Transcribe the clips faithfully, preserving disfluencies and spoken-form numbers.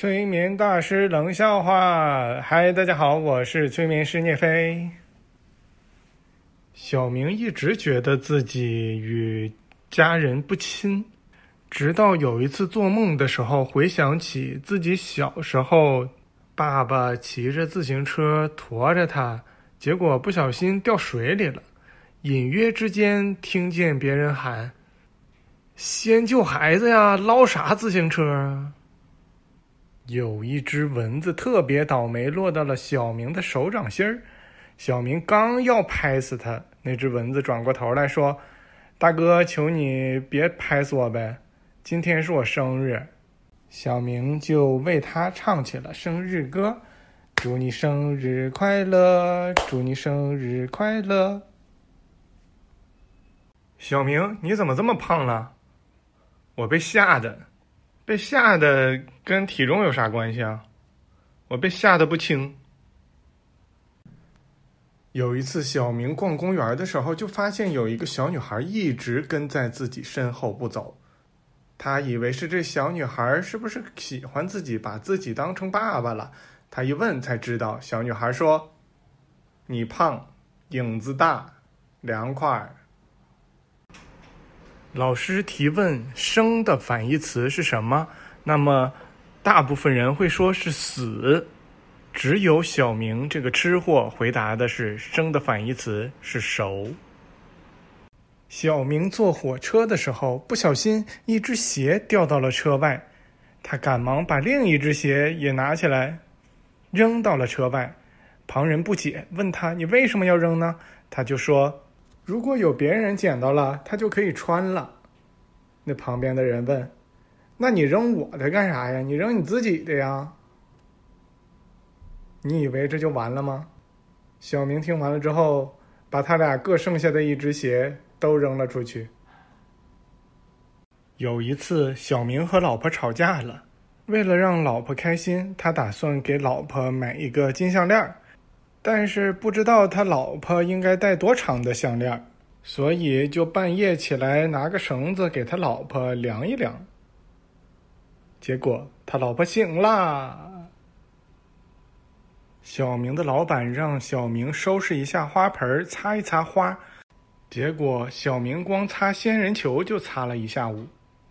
催眠大师冷笑话。嗨，大家好，我是催眠师聂飞。小明一直觉得自己与家人不亲，直到有一次做梦的时候，回想起自己小时候，爸爸骑着自行车驮着他，结果不小心掉水里了，隐约之间听见别人喊：先救孩子呀，捞啥自行车啊？有一只蚊子特别倒霉，落到了小明的手掌心儿。小明刚要拍死它，那只蚊子转过头来说：大哥，求你别拍死我呗，今天是我生日。小明就为他唱起了生日歌：祝你生日快乐，祝你生日快乐。小明，你怎么这么胖了？我被吓的。被吓的跟体重有啥关系啊？我被吓得不轻。有一次小明逛公园的时候，就发现有一个小女孩一直跟在自己身后不走。他以为是这小女孩是不是喜欢自己，把自己当成爸爸了。他一问才知道，小女孩说：你胖，影子大，凉快。老师提问生的反义词是什么？那么大部分人会说是死，只有小明这个吃货回答的是生的反义词是熟。小明坐火车的时候，不小心一只鞋掉到了车外，他赶忙把另一只鞋也拿起来扔到了车外。旁人不解，问他你为什么要扔呢？他就说如果有别人捡到了，他就可以穿了。那旁边的人问：那你扔我的干啥呀？你扔你自己的呀？你以为这就完了吗？小明听完了之后，把他俩各剩下的一只鞋都扔了出去。有一次，小明和老婆吵架了，为了让老婆开心，他打算给老婆买一个金项链，但是不知道他老婆应该戴多长的项链，所以就半夜起来拿个绳子给他老婆量一量。结果他老婆醒啦。小明的老板让小明收拾一下花盆，擦一擦花，结果小明光擦仙人球就擦了一下午。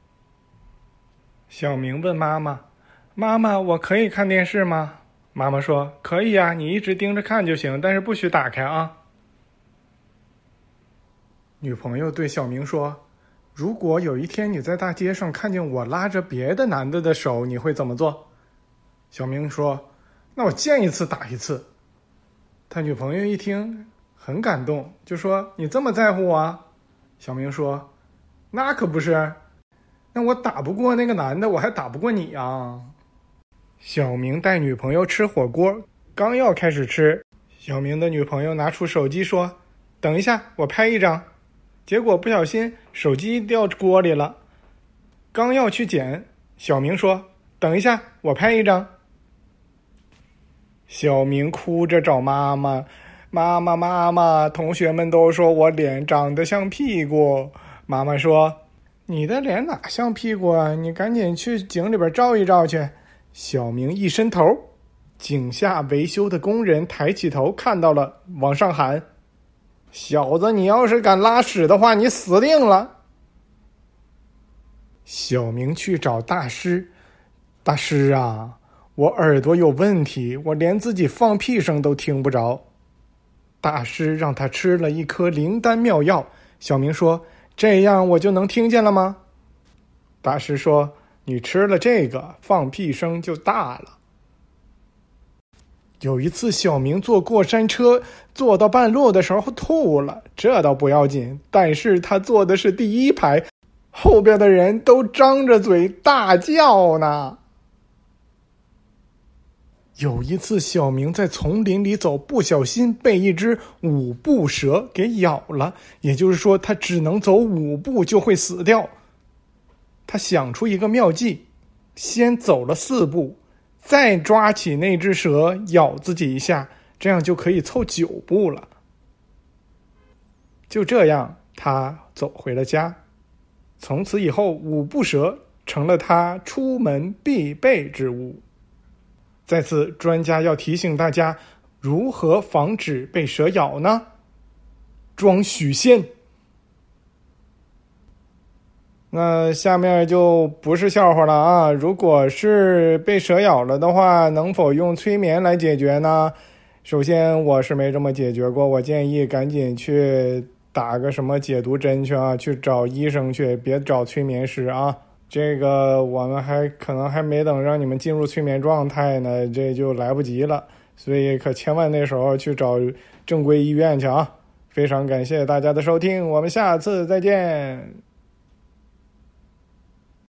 小明问妈妈：妈妈，我可以看电视吗？妈妈说：可以啊，你一直盯着看就行，但是不许打开啊。女朋友对小明说：如果有一天你在大街上看见我拉着别的男的的手，你会怎么做？小明说：那我见一次打一次。他女朋友一听很感动，就说：你这么在乎我啊？小明说：那可不是，那我打不过那个男的，我还打不过你啊。小明带女朋友吃火锅，刚要开始吃，小明的女朋友拿出手机说：等一下，我拍一张。结果不小心手机掉锅里了，刚要去捡，小明说：等一下，我拍一张。小明哭着找妈妈：妈妈妈妈，同学们都说我脸长得像屁股。妈妈说：你的脸哪像屁股啊？你赶紧去井里边照一照去。小明一伸头，井下维修的工人抬起头看到了，往上喊：小子，你要是敢拉屎的话，你死定了。小明去找大师：大师啊，我耳朵有问题，我连自己放屁声都听不着。大师让他吃了一颗灵丹妙药。小明说：这样我就能听见了吗？大师说：你吃了这个，放屁声就大了。有一次小明坐过山车，坐到半路的时候吐了，这倒不要紧，但是他坐的是第一排，后边的人都张着嘴大叫呢。有一次小明在丛林里走，不小心被一只五步蛇给咬了，也就是说他只能走五步就会死掉。他想出一个妙计，先走了四步，再抓起那只蛇咬自己一下，这样就可以凑九步了。就这样他走回了家，从此以后五步蛇成了他出门必备之物。 在此，专家要提醒大家，如何防止被蛇咬呢？装许仙。那下面就不是笑话了啊！如果是被蛇咬了的话，能否用催眠来解决呢？首先，我是没这么解决过，我建议赶紧去打个什么解毒针去啊，去找医生去，别找催眠师啊。这个我们还可能还没等让你们进入催眠状态呢，这就来不及了，所以可千万那时候去找正规医院去啊！非常感谢大家的收听，我们下次再见。